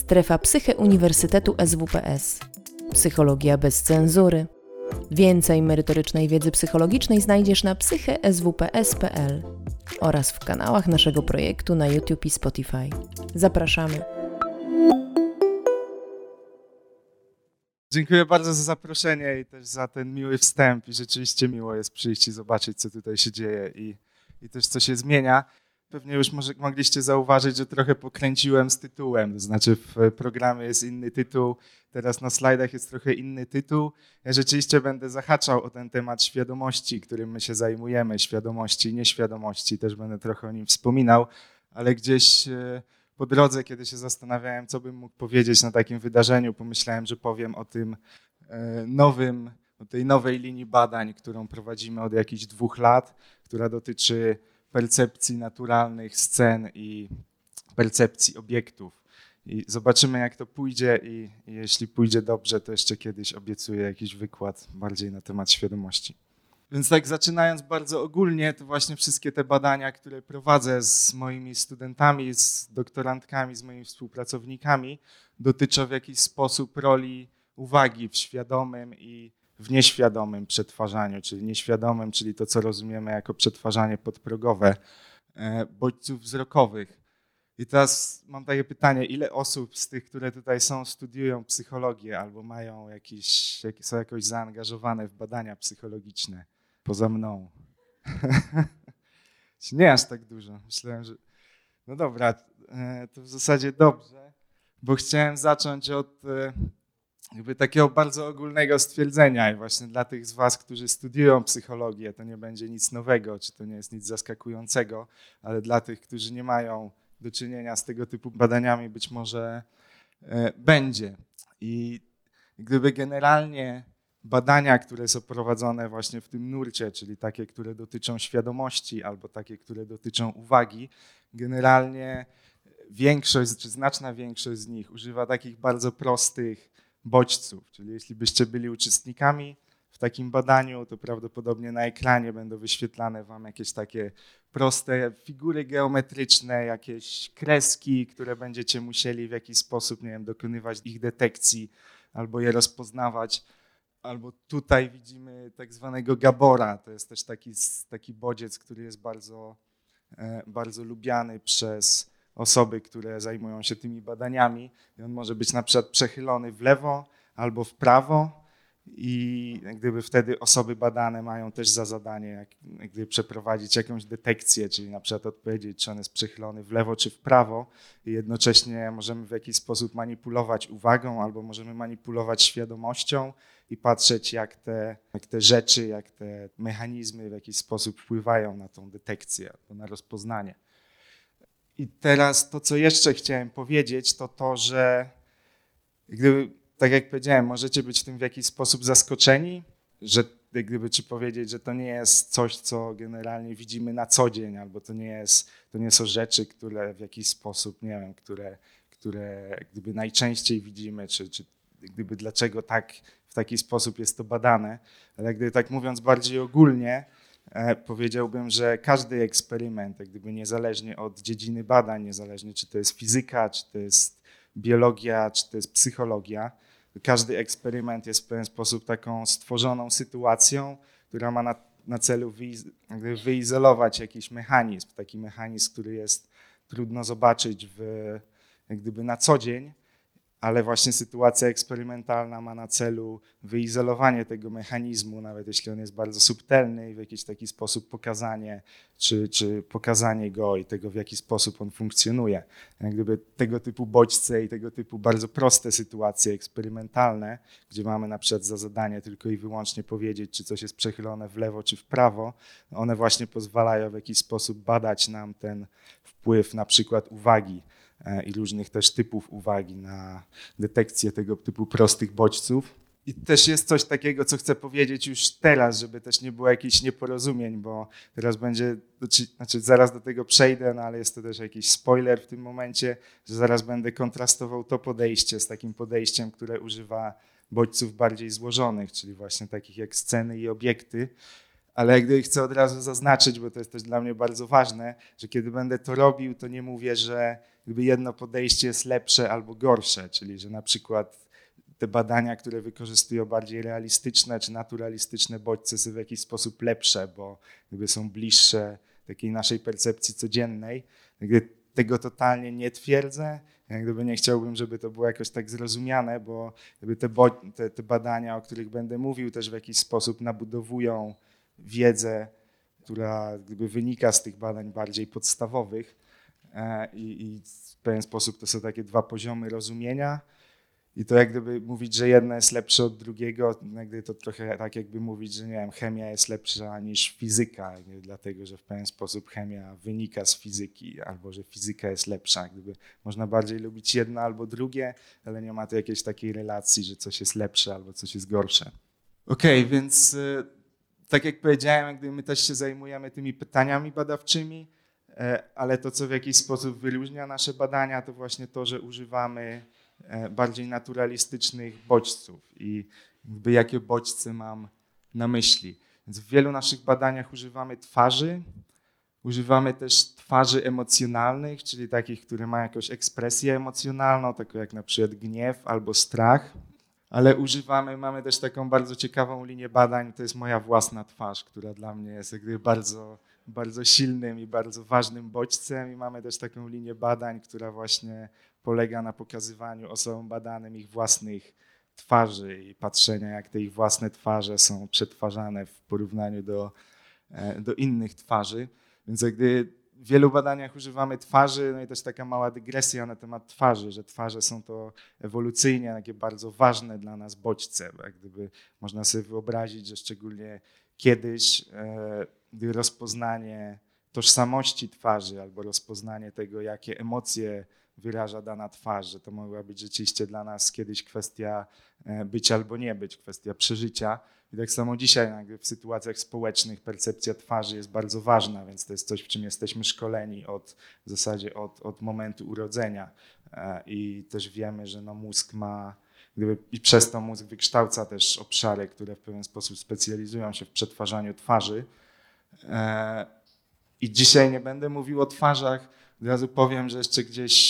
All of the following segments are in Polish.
Strefa Psyche Uniwersytetu SWPS. Psychologia bez cenzury. Więcej merytorycznej wiedzy psychologicznej znajdziesz na psycheswps.pl oraz w kanałach naszego projektu na YouTube i Spotify. Zapraszamy. Dziękuję bardzo za zaproszenie i też za ten miły wstęp i rzeczywiście miło jest przyjść i zobaczyć, co tutaj się dzieje i też co się zmienia. Pewnie już mogliście zauważyć, że trochę pokręciłem z tytułem, to znaczy w programie jest inny tytuł, teraz na slajdach jest trochę inny tytuł. Ja rzeczywiście będę zahaczał o ten temat świadomości, którym my się zajmujemy, świadomości i nieświadomości, też będę trochę o nim wspominał, ale gdzieś po drodze, kiedy się zastanawiałem, co bym mógł powiedzieć na takim wydarzeniu, pomyślałem, że powiem o tym o tej nowej linii badań, którą prowadzimy od jakichś 2 lat, która dotyczy percepcji naturalnych scen i percepcji obiektów. I zobaczymy, jak to pójdzie i jeśli pójdzie dobrze, to jeszcze kiedyś obiecuję jakiś wykład bardziej na temat świadomości. Więc tak zaczynając bardzo ogólnie, to właśnie wszystkie te badania, które prowadzę z moimi studentami, z doktorantkami, z moimi współpracownikami, dotyczą w jakiś sposób roli uwagi w świadomym i w nieświadomym przetwarzaniu, czyli nieświadomym, czyli to, co rozumiemy jako przetwarzanie podprogowe bodźców wzrokowych. I teraz mam takie pytanie, ile osób z tych, które tutaj są, studiują psychologię albo są jakoś zaangażowane w badania psychologiczne poza mną? Nie aż tak dużo. Myślałem, że no dobra, to w zasadzie dobrze, bo chciałem zacząć od takiego bardzo ogólnego stwierdzenia i właśnie dla tych z was, którzy studiują psychologię, to nie będzie nic nowego, czy to nie jest nic zaskakującego, ale dla tych, którzy nie mają do czynienia z tego typu badaniami, być może będzie. I gdyby generalnie badania, które są prowadzone właśnie w tym nurcie, czyli takie, które dotyczą świadomości albo takie, które dotyczą uwagi, generalnie większość, czy znaczna większość z nich używa takich bardzo prostych bodźców, czyli jeśli byście byli uczestnikami w takim badaniu, to prawdopodobnie na ekranie będą wyświetlane wam jakieś takie proste figury geometryczne, jakieś kreski, które będziecie musieli w jakiś sposób, nie wiem, dokonywać ich detekcji albo je rozpoznawać. Albo tutaj widzimy tak zwanego Gabora, to jest też taki bodziec, który jest bardzo, bardzo lubiany przez osoby, które zajmują się tymi badaniami. I on może być na przykład przechylony w lewo albo w prawo i jak gdyby wtedy osoby badane mają też za zadanie jak gdyby przeprowadzić jakąś detekcję, czyli na przykład odpowiedzieć, czy on jest przechylony w lewo czy w prawo i jednocześnie możemy w jakiś sposób manipulować uwagą albo możemy manipulować świadomością i patrzeć, jak te rzeczy, jak te mechanizmy w jakiś sposób wpływają na tą detekcję albo na rozpoznanie. I teraz to, co jeszcze chciałem powiedzieć, to że gdyby, tak jak powiedziałem, możecie być tym w jakiś sposób zaskoczeni, że czy powiedzieć, że to nie jest coś, co generalnie widzimy na co dzień, albo to nie są rzeczy, które w jakiś sposób, nie wiem, które gdyby najczęściej widzimy, czy gdyby dlaczego w taki sposób jest to badane, ale gdyby tak mówiąc bardziej ogólnie, powiedziałbym, że każdy eksperyment, jak gdyby niezależnie od dziedziny badań, niezależnie czy to jest fizyka, czy to jest biologia, czy to jest psychologia, każdy eksperyment jest w pewien sposób taką stworzoną sytuacją, która ma na celu wyizolować jakiś mechanizm, taki mechanizm, który jest trudno zobaczyć jak gdyby na co dzień, ale właśnie sytuacja eksperymentalna ma na celu wyizolowanie tego mechanizmu, nawet jeśli on jest bardzo subtelny i w jakiś taki sposób pokazanie, czy pokazanie go i tego, w jaki sposób on funkcjonuje. Jak gdyby tego typu bodźce i tego typu bardzo proste sytuacje eksperymentalne, gdzie mamy na przykład za zadanie tylko i wyłącznie powiedzieć, czy coś jest przechylone w lewo czy w prawo, one właśnie pozwalają w jakiś sposób badać nam ten wpływ na przykład uwagi i różnych też typów uwagi na detekcję tego typu prostych bodźców. I też jest coś takiego, co chcę powiedzieć już teraz, żeby też nie było jakichś nieporozumień, bo teraz będzie, znaczy zaraz do tego przejdę, no ale jest to też jakiś spoiler w tym momencie, że zaraz będę kontrastował to podejście z takim podejściem, które używa bodźców bardziej złożonych, czyli właśnie takich jak sceny i obiekty. Ale jak gdyby chcę od razu zaznaczyć, bo to jest też dla mnie bardzo ważne, że kiedy będę to robił, to nie mówię, że gdyby jedno podejście jest lepsze albo gorsze, czyli że na przykład te badania, które wykorzystują bardziej realistyczne czy naturalistyczne bodźce są w jakiś sposób lepsze, bo gdyby są bliższe takiej naszej percepcji codziennej. Gdyby tego totalnie nie twierdzę, jak gdyby nie chciałbym, żeby to było jakoś tak zrozumiane, bo gdyby te badania, o których będę mówił, też w jakiś sposób nabudowują wiedzę, która gdyby wynika z tych badań bardziej podstawowych i w pewien sposób to są takie dwa poziomy rozumienia. I to jak gdyby mówić, że jedno jest lepsze od drugiego, jak gdyby to trochę tak jakby mówić, że nie wiem, chemia jest lepsza niż fizyka, dlatego że w pewien sposób chemia wynika z fizyki, albo że fizyka jest lepsza. Jak gdyby można bardziej lubić jedno albo drugie, ale nie ma tu jakiejś takiej relacji, że coś jest lepsze albo coś jest gorsze. Okej, więc tak jak powiedziałem, jak gdyby my też się zajmujemy tymi pytaniami badawczymi, ale to, co w jakiś sposób wyróżnia nasze badania, to właśnie to, że używamy bardziej naturalistycznych bodźców i jakby jakie bodźce mam na myśli. Więc w wielu naszych badaniach używamy twarzy, używamy też twarzy emocjonalnych, czyli takich, które mają jakąś ekspresję emocjonalną, taką jak na przykład gniew albo strach, ale mamy też taką bardzo ciekawą linię badań, to jest moja własna twarz, która dla mnie jest jakby bardzo, bardzo silnym i bardzo ważnym bodźcem i mamy też taką linię badań, która właśnie polega na pokazywaniu osobom badanym ich własnych twarzy i patrzenia, jak te ich własne twarze są przetwarzane w porównaniu do innych twarzy. Więc gdy w wielu badaniach używamy twarzy, no i też taka mała dygresja na temat twarzy, że twarze są to ewolucyjnie takie bardzo ważne dla nas bodźce. Bo jak gdyby można sobie wyobrazić, że szczególnie kiedyś, gdy rozpoznanie tożsamości twarzy albo rozpoznanie tego, jakie emocje wyraża dana twarz, że to mogła być rzeczywiście dla nas kiedyś kwestia być albo nie być, kwestia przeżycia. I tak samo dzisiaj w sytuacjach społecznych percepcja twarzy jest bardzo ważna, więc to jest coś, w czym jesteśmy szkoleni w zasadzie od momentu urodzenia. I też wiemy, że mózg ma, i przez to mózg wykształca też obszary, które w pewien sposób specjalizują się w przetwarzaniu twarzy. I dzisiaj nie będę mówił o twarzach, od razu powiem, że jeszcze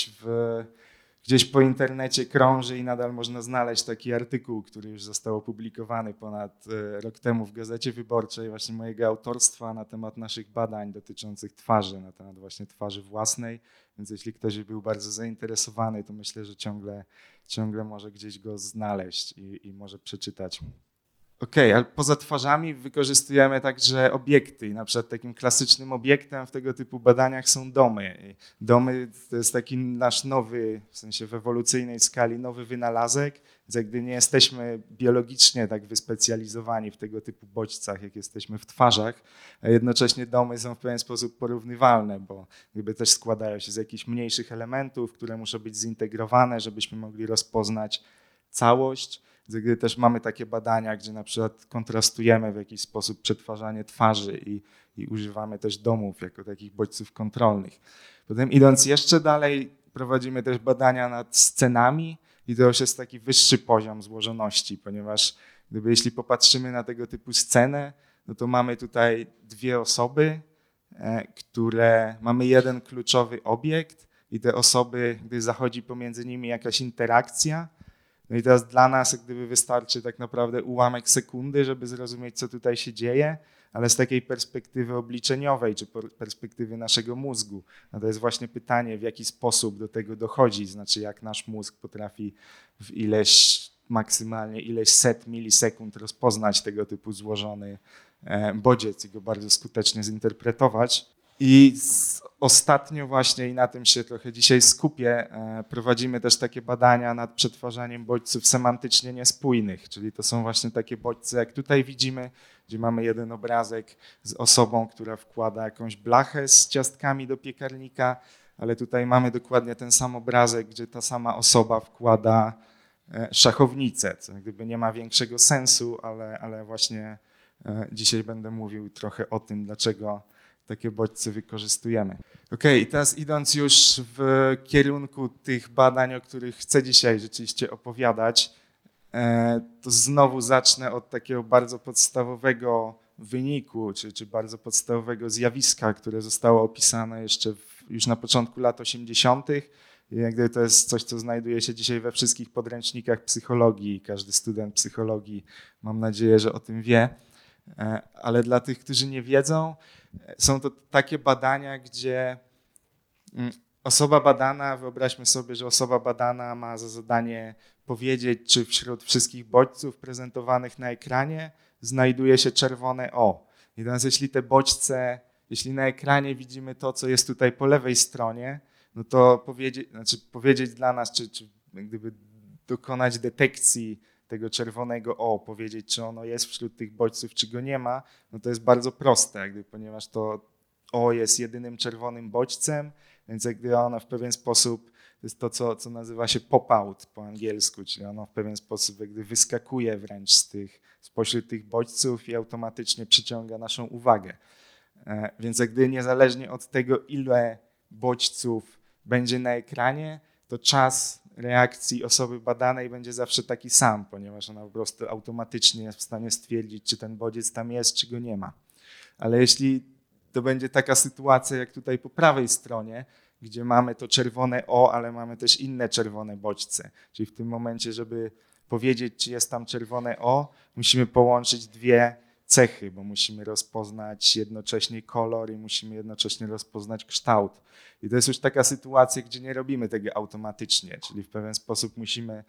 gdzieś po internecie krąży i nadal można znaleźć taki artykuł, który już został opublikowany ponad rok temu w Gazecie Wyborczej, właśnie mojego autorstwa na temat naszych badań dotyczących twarzy, na temat właśnie twarzy własnej. Więc jeśli ktoś był bardzo zainteresowany, to myślę, że ciągle może gdzieś go znaleźć i może przeczytać. Okej, ale poza twarzami wykorzystujemy także obiekty. I na przykład takim klasycznym obiektem w tego typu badaniach są domy. I domy to jest taki nasz nowy, w sensie w ewolucyjnej skali, nowy wynalazek, więc jak gdy nie jesteśmy biologicznie tak wyspecjalizowani w tego typu bodźcach, jak jesteśmy w twarzach, a jednocześnie domy są w pewien sposób porównywalne, bo jakby też składają się z jakichś mniejszych elementów, które muszą być zintegrowane, żebyśmy mogli rozpoznać całość. Gdy też mamy takie badania, gdzie na przykład kontrastujemy w jakiś sposób przetwarzanie twarzy i używamy też domów jako takich bodźców kontrolnych. Potem idąc jeszcze dalej, prowadzimy też badania nad scenami i to już jest taki wyższy poziom złożoności, ponieważ jeśli popatrzymy na tego typu scenę, no to mamy tutaj dwie osoby, mamy jeden kluczowy obiekt i te osoby, gdy zachodzi pomiędzy nimi jakaś interakcja, no i teraz dla nas jak gdyby wystarczy tak naprawdę ułamek sekundy, żeby zrozumieć, co tutaj się dzieje, ale z takiej perspektywy obliczeniowej czy perspektywy naszego mózgu. No to jest właśnie pytanie, w jaki sposób do tego dochodzi, znaczy jak nasz mózg potrafi w maksymalnie ileś set milisekund rozpoznać tego typu złożony bodziec i go bardzo skutecznie zinterpretować. I ostatnio właśnie, i na tym się trochę dzisiaj skupię, prowadzimy też takie badania nad przetwarzaniem bodźców semantycznie niespójnych, czyli to są właśnie takie bodźce, jak tutaj widzimy, gdzie mamy jeden obrazek z osobą, która wkłada jakąś blachę z ciastkami do piekarnika, ale tutaj mamy dokładnie ten sam obrazek, gdzie ta sama osoba wkłada szachownicę, co jak gdyby nie ma większego sensu, ale właśnie dzisiaj będę mówił trochę o tym, dlaczego takie bodźce wykorzystujemy. Okej, i teraz idąc już w kierunku tych badań, o których chcę dzisiaj rzeczywiście opowiadać, to znowu zacznę od takiego bardzo podstawowego wyniku, czy bardzo podstawowego zjawiska, które zostało opisane jeszcze już na początku lat 80. I jak gdyby to jest coś, co znajduje się dzisiaj we wszystkich podręcznikach psychologii. Każdy student psychologii, mam nadzieję, że o tym wie. Ale dla tych, którzy nie wiedzą, są to takie badania, gdzie osoba badana, wyobraźmy sobie, że osoba badana ma za zadanie powiedzieć, czy wśród wszystkich bodźców prezentowanych na ekranie znajduje się czerwone O. I teraz jeśli na ekranie widzimy to, co jest tutaj po lewej stronie, no to powiedzieć dla nas, czy gdyby dokonać detekcji tego czerwonego O, powiedzieć, czy ono jest wśród tych bodźców, czy go nie ma, no to jest bardzo proste, ponieważ to O jest jedynym czerwonym bodźcem, więc ono w pewien sposób to jest to, co nazywa się pop-out po angielsku, czyli ono w pewien sposób wyskakuje wręcz spośród tych bodźców i automatycznie przyciąga naszą uwagę. Więc niezależnie od tego, ile bodźców będzie na ekranie, to czas reakcji osoby badanej będzie zawsze taki sam, ponieważ ona po prostu automatycznie jest w stanie stwierdzić, czy ten bodziec tam jest, czy go nie ma. Ale jeśli to będzie taka sytuacja, jak tutaj po prawej stronie, gdzie mamy to czerwone O, ale mamy też inne czerwone bodźce. Czyli w tym momencie, żeby powiedzieć, czy jest tam czerwone O, musimy połączyć dwie cechy, bo musimy rozpoznać jednocześnie kolor i musimy jednocześnie rozpoznać kształt. I to jest już taka sytuacja, gdzie nie robimy tego automatycznie, czyli w pewien sposób musimy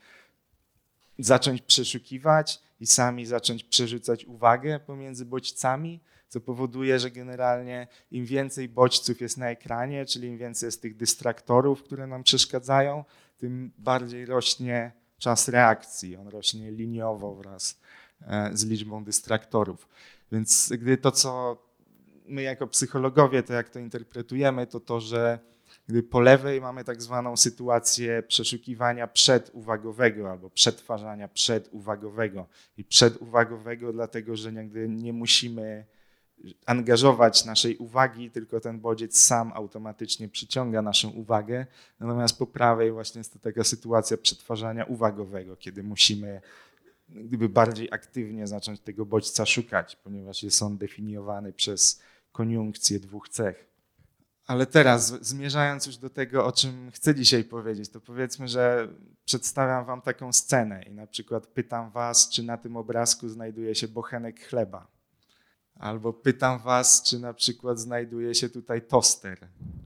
zacząć przeszukiwać i sami zacząć przerzucać uwagę pomiędzy bodźcami, co powoduje, że generalnie im więcej bodźców jest na ekranie, czyli im więcej jest tych dystraktorów, które nam przeszkadzają, tym bardziej rośnie czas reakcji. On rośnie liniowo wraz z liczbą dystraktorów. Więc to, co my jako psychologowie, to jak to interpretujemy, to, że po lewej mamy tak zwaną sytuację przeszukiwania przeduwagowego albo przetwarzania przeduwagowego. I przeduwagowego dlatego, że nie musimy angażować naszej uwagi, tylko ten bodziec sam automatycznie przyciąga naszą uwagę. Natomiast po prawej właśnie jest to taka sytuacja przetwarzania uwagowego, kiedy musimy bardziej aktywnie zacząć tego bodźca szukać, ponieważ jest on definiowany przez koniunkcję dwóch cech. Ale teraz, zmierzając już do tego, o czym chcę dzisiaj powiedzieć, to powiedzmy, że przedstawiam wam taką scenę i na przykład pytam was, czy na tym obrazku znajduje się bochenek chleba. Albo pytam was, czy na przykład znajduje się tutaj toster.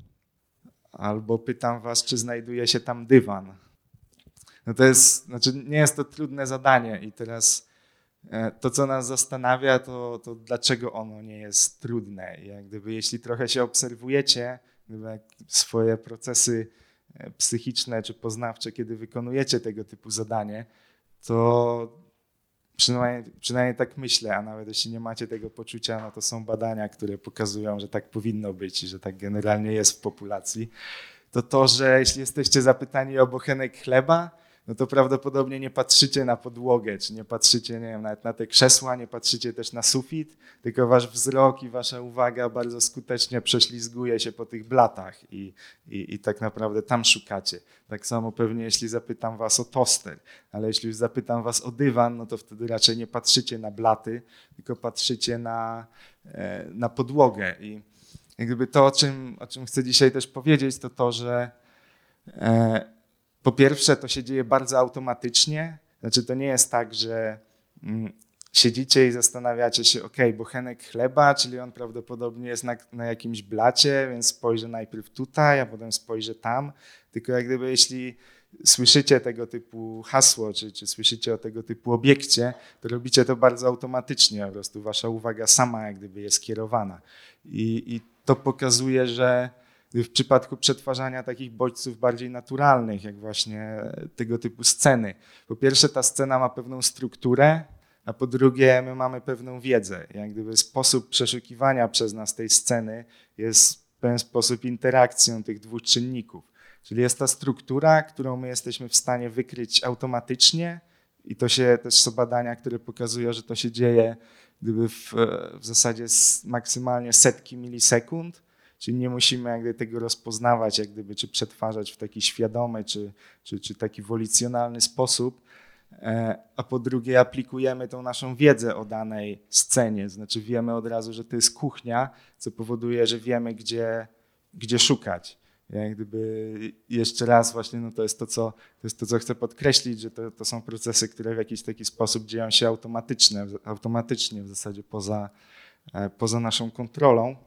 Albo pytam was, czy znajduje się tam dywan. No to jest, nie jest to trudne zadanie i teraz to, co nas zastanawia, to dlaczego ono nie jest trudne. Jeśli trochę się obserwujecie, swoje procesy psychiczne czy poznawcze, kiedy wykonujecie tego typu zadanie, to przynajmniej tak myślę, a nawet jeśli nie macie tego poczucia, no to są badania, które pokazują, że tak powinno być i że tak generalnie jest w populacji. To, że jeśli jesteście zapytani o bochenek chleba, no to prawdopodobnie nie patrzycie na podłogę, czy nie patrzycie, nie wiem, nawet na te krzesła, nie patrzycie też na sufit, tylko wasz wzrok i wasza uwaga bardzo skutecznie prześlizguje się po tych blatach i tak naprawdę tam szukacie. Tak samo pewnie jeśli zapytam was o toster, ale jeśli już zapytam was o dywan, no to wtedy raczej nie patrzycie na blaty, tylko patrzycie na podłogę. I to, o czym chcę dzisiaj też powiedzieć, to, że po pierwsze, to się dzieje bardzo automatycznie. To nie jest tak, że siedzicie i zastanawiacie się, bochenek chleba, czyli on prawdopodobnie jest na jakimś blacie, więc spojrzę najpierw tutaj, a potem spojrzę tam. Tylko jeśli słyszycie tego typu hasło, czy słyszycie o tego typu obiekcie, to robicie to bardzo automatycznie. Po prostu wasza uwaga sama jest skierowana. I to pokazuje, że w przypadku przetwarzania takich bodźców bardziej naturalnych, jak właśnie tego typu sceny. Po pierwsze, ta scena ma pewną strukturę, a po drugie, my mamy pewną wiedzę. Sposób przeszukiwania przez nas tej sceny jest w pewien sposób interakcją tych dwóch czynników. Czyli jest ta struktura, którą my jesteśmy w stanie wykryć automatycznie i to się też są badania, które pokazują, że to się dzieje w zasadzie maksymalnie setki milisekund. Czyli nie musimy tego rozpoznawać, czy przetwarzać w taki świadomy, czy taki wolicjonalny sposób. a po drugie aplikujemy tą naszą wiedzę o danej scenie, znaczy wiemy od razu, że to jest kuchnia, co powoduje, że wiemy, gdzie szukać. Jak gdyby jeszcze raz właśnie, no to jest to, co chcę podkreślić, że to są procesy, które w jakiś taki sposób dzieją się automatycznie w zasadzie poza naszą kontrolą.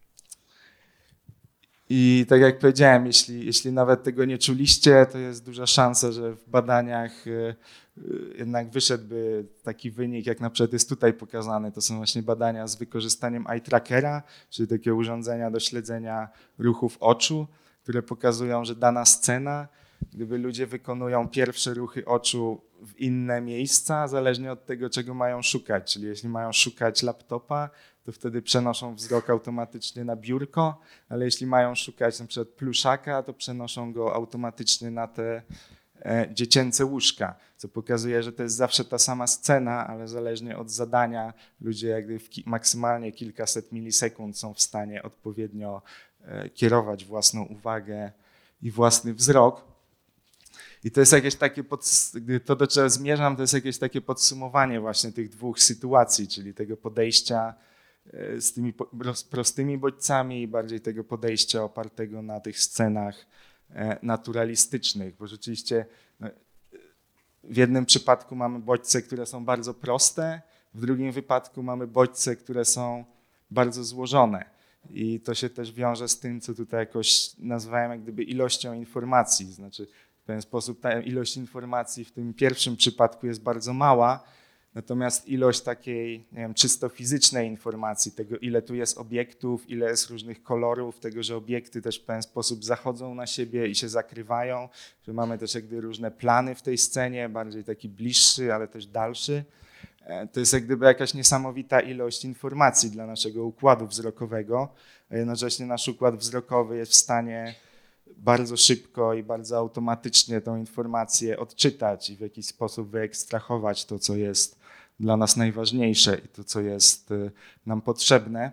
I tak jak powiedziałem, jeśli nawet tego nie czuliście, to jest duża szansa, że w badaniach jednak wyszedłby taki wynik, jak na przykład jest tutaj pokazany. To są właśnie badania z wykorzystaniem eye trackera, czyli takiego urządzenia do śledzenia ruchów oczu, które pokazują, że dana scena, gdyby ludzie wykonują pierwsze ruchy oczu w inne miejsca, zależnie od tego, czego mają szukać. Czyli jeśli mają szukać laptopa, to wtedy przenoszą wzrok automatycznie na biurko, ale jeśli mają szukać na przykład pluszaka, to przenoszą go automatycznie na te dziecięce łóżka, co pokazuje, że to jest zawsze ta sama scena, ale zależnie od zadania ludzie jakby maksymalnie kilkaset milisekund są w stanie odpowiednio kierować własną uwagę i własny wzrok. I to jest jakieś takie, to do czego zmierzam, to jest jakieś takie podsumowanie właśnie tych dwóch sytuacji, czyli tego podejścia z tymi prostymi bodźcami i bardziej tego podejścia opartego na tych scenach naturalistycznych, bo rzeczywiście w jednym przypadku mamy bodźce, które są bardzo proste, w drugim wypadku mamy bodźce, które są bardzo złożone. I to się też wiąże z tym, co tutaj jakoś nazwałem jak gdyby ilością informacji. Znaczy w pewien sposób ta ilość informacji w tym pierwszym przypadku jest bardzo mała, natomiast ilość takiej, nie wiem, czysto fizycznej informacji, tego ile tu jest obiektów, ile jest różnych kolorów, tego, że obiekty też w pewien sposób zachodzą na siebie i się zakrywają, że mamy też jakby różne plany w tej scenie, bardziej taki bliższy, ale też dalszy. To jest jak gdyby jakaś niesamowita ilość informacji dla naszego układu wzrokowego, a jednocześnie nasz układ wzrokowy jest w stanie bardzo szybko i bardzo automatycznie tą informację odczytać i w jakiś sposób wyekstrahować to, co jest dla nas najważniejsze i to, co jest nam potrzebne.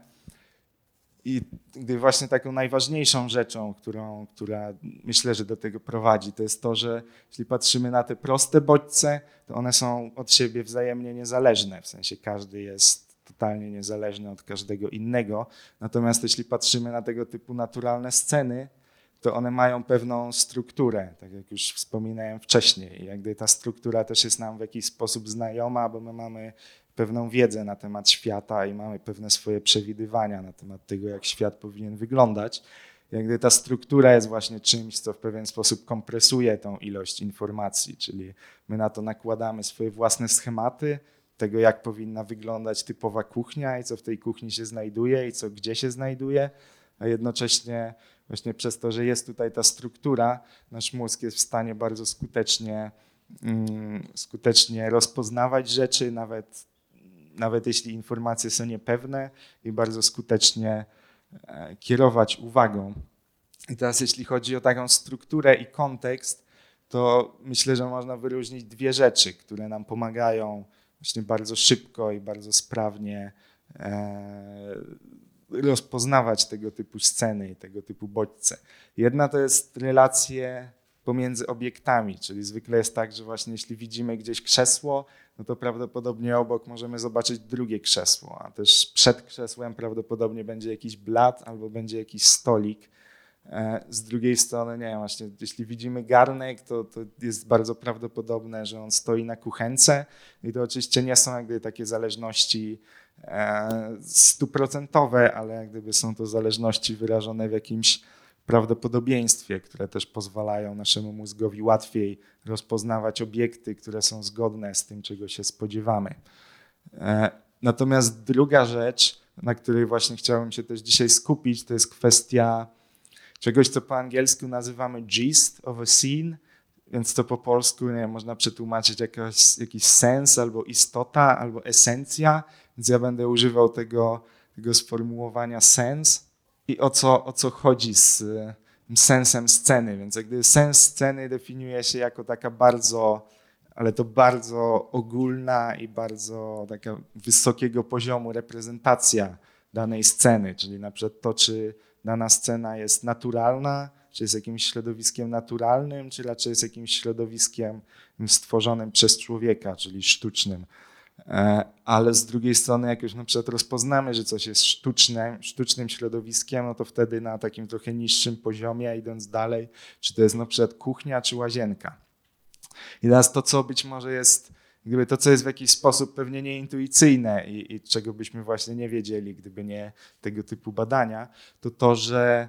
I gdy właśnie taką najważniejszą rzeczą, która myślę, że do tego prowadzi, to jest to, że jeśli patrzymy na te proste bodźce, to one są od siebie wzajemnie niezależne, w sensie każdy jest totalnie niezależny od każdego innego. Natomiast jeśli patrzymy na tego typu naturalne sceny, to one mają pewną strukturę, tak jak już wspominałem wcześniej. I jakby ta struktura też jest nam w jakiś sposób znajoma, bo my mamy pewną wiedzę na temat świata i mamy pewne swoje przewidywania na temat tego, jak świat powinien wyglądać. Jakby ta struktura jest właśnie czymś, co w pewien sposób kompresuje tą ilość informacji, czyli my na to nakładamy swoje własne schematy tego, jak powinna wyglądać typowa kuchnia i co w tej kuchni się znajduje i co gdzie się znajduje, a jednocześnie właśnie przez to, że jest tutaj ta struktura, nasz mózg jest w stanie bardzo skutecznie rozpoznawać rzeczy, nawet jeśli informacje są niepewne i bardzo skutecznie kierować uwagą. I teraz jeśli chodzi o taką strukturę i kontekst, to myślę, że można wyróżnić dwie rzeczy, które nam pomagają właśnie bardzo szybko i bardzo sprawnie rozpoznawać tego typu sceny i tego typu bodźce. Jedna to jest relacje pomiędzy obiektami, czyli zwykle jest tak, że właśnie jeśli widzimy gdzieś krzesło, no to prawdopodobnie obok możemy zobaczyć drugie krzesło, a też przed krzesłem prawdopodobnie będzie jakiś blat albo będzie jakiś stolik. Z drugiej strony, nie wiem, właśnie jeśli widzimy garnek, to jest bardzo prawdopodobne, że on stoi na kuchence i to oczywiście nie są jakby takie zależności 100%, ale jak gdyby są to zależności wyrażone w jakimś prawdopodobieństwie, które też pozwalają naszemu mózgowi łatwiej rozpoznawać obiekty, które są zgodne z tym, czego się spodziewamy. Natomiast druga rzecz, na której właśnie chciałem się też dzisiaj skupić, to jest kwestia czegoś, co po angielsku nazywamy gist of a scene, więc to po polsku nie wiem, można przetłumaczyć jakiś sens, albo istota, albo esencja, więc ja będę używał tego sformułowania sens i o co chodzi z sensem sceny. Więc jak gdyby sens sceny definiuje się jako taka bardzo, ale to bardzo ogólna i bardzo taka wysokiego poziomu reprezentacja danej sceny, czyli na przykład to, czy dana scena jest naturalna, czy jest jakimś środowiskiem naturalnym, czy raczej jest jakimś środowiskiem stworzonym przez człowieka, czyli sztucznym. Ale z drugiej strony, jak już na przykład rozpoznamy, że coś jest sztucznym środowiskiem, no to wtedy na takim trochę niższym poziomie, idąc dalej, czy to jest na przykład kuchnia, czy łazienka. I teraz to, co być może jest, gdyby to, co jest w jakiś sposób pewnie nieintuicyjne i czego byśmy właśnie nie wiedzieli, gdyby nie tego typu badania, to to, że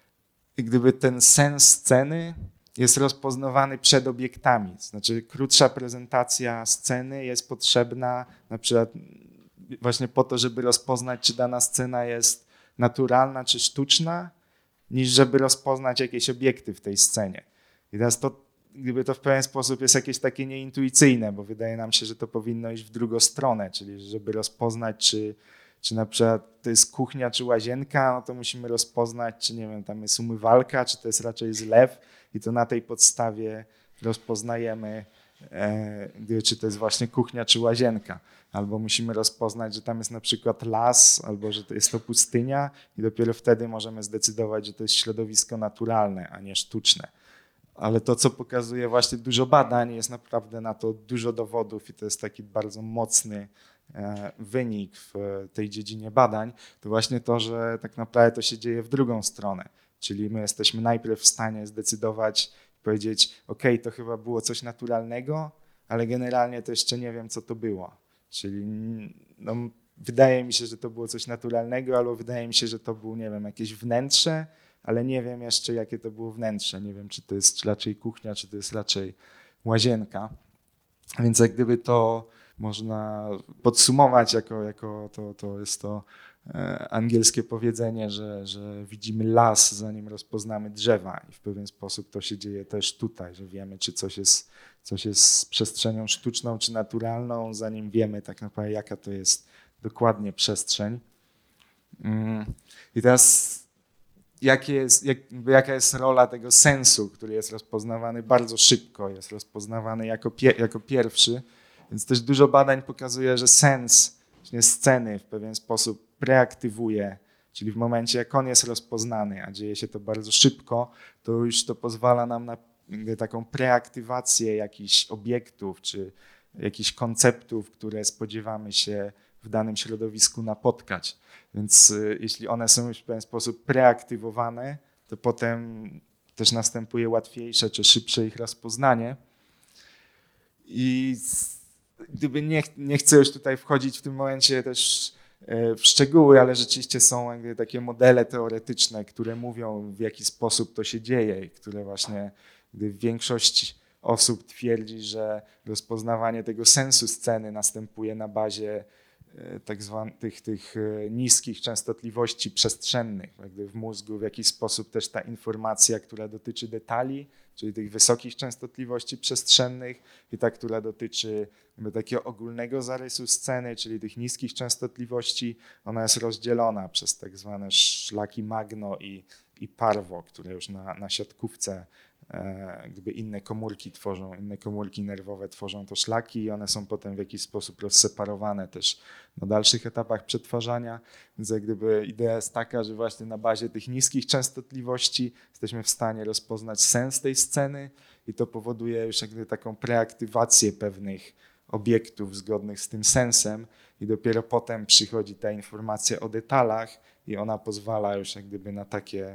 gdyby ten sens sceny jest rozpoznawany przed obiektami. Znaczy krótsza prezentacja sceny jest potrzebna na przykład właśnie po to, żeby rozpoznać, czy dana scena jest naturalna, czy sztuczna, niż żeby rozpoznać jakieś obiekty w tej scenie. I teraz gdyby to w pewien sposób jest jakieś takie nieintuicyjne, bo wydaje nam się, że to powinno iść w drugą stronę, czyli żeby rozpoznać, czy na przykład to jest kuchnia, czy łazienka, no to musimy rozpoznać, czy nie wiem, tam jest umywalka, czy to jest raczej zlew i to na tej podstawie rozpoznajemy, czy to jest właśnie kuchnia, czy łazienka. Albo musimy rozpoznać, że tam jest na przykład las, albo że to jest to pustynia i dopiero wtedy możemy zdecydować, że to jest środowisko naturalne, a nie sztuczne. Ale to, co pokazuje właśnie dużo badań, jest naprawdę na to dużo dowodów i to jest taki bardzo mocny wynik w tej dziedzinie badań, to właśnie to, że tak naprawdę to się dzieje w drugą stronę. Czyli my jesteśmy najpierw w stanie zdecydować, powiedzieć, ok, to chyba było coś naturalnego, ale generalnie to jeszcze nie wiem, co to było. Czyli no, wydaje mi się, że to było coś naturalnego, albo wydaje mi się, że to było, nie wiem, jakieś wnętrze, ale nie wiem jeszcze, jakie to było wnętrze. Nie wiem, czy to jest raczej kuchnia, czy to jest raczej łazienka. Więc jak gdyby to można podsumować to jest to angielskie powiedzenie, że widzimy las, zanim rozpoznamy drzewa i w pewien sposób to się dzieje też tutaj, że wiemy, czy coś jest przestrzenią sztuczną czy naturalną, zanim wiemy tak naprawdę, jaka to jest dokładnie przestrzeń. I teraz jaka jest rola tego sensu, który jest rozpoznawany bardzo szybko, jest rozpoznawany jako pierwszy, więc też dużo badań pokazuje, że sens sceny w pewien sposób preaktywuje, czyli w momencie, jak on jest rozpoznany, a dzieje się to bardzo szybko, to już to pozwala nam na taką preaktywację jakichś obiektów czy jakichś konceptów, które spodziewamy się w danym środowisku napotkać. Więc jeśli one są już w pewien sposób preaktywowane, to potem też następuje łatwiejsze czy szybsze ich rozpoznanie. I gdyby nie chcę już tutaj wchodzić w tym momencie też w szczegóły, ale rzeczywiście są jakby takie modele teoretyczne, które mówią, w jaki sposób to się dzieje i które właśnie, gdy większość osób twierdzi, że rozpoznawanie tego sensu sceny następuje na bazie tak zwanych tych niskich częstotliwości przestrzennych, jakby w mózgu w jakiś sposób też ta informacja, która dotyczy detali, czyli tych wysokich częstotliwości przestrzennych i ta, która dotyczy takiego ogólnego zarysu sceny, czyli tych niskich częstotliwości, ona jest rozdzielona przez tak zwane szlaki magno i parvo, które już na siatkówce gdyby inne komórki nerwowe tworzą to szlaki i one są potem w jakiś sposób rozseparowane też na dalszych etapach przetwarzania. Więc jak gdyby idea jest taka, że właśnie na bazie tych niskich częstotliwości jesteśmy w stanie rozpoznać sens tej sceny i to powoduje już jakby taką preaktywację pewnych obiektów zgodnych z tym sensem i dopiero potem przychodzi ta informacja o detalach i ona pozwala już jak gdyby na takie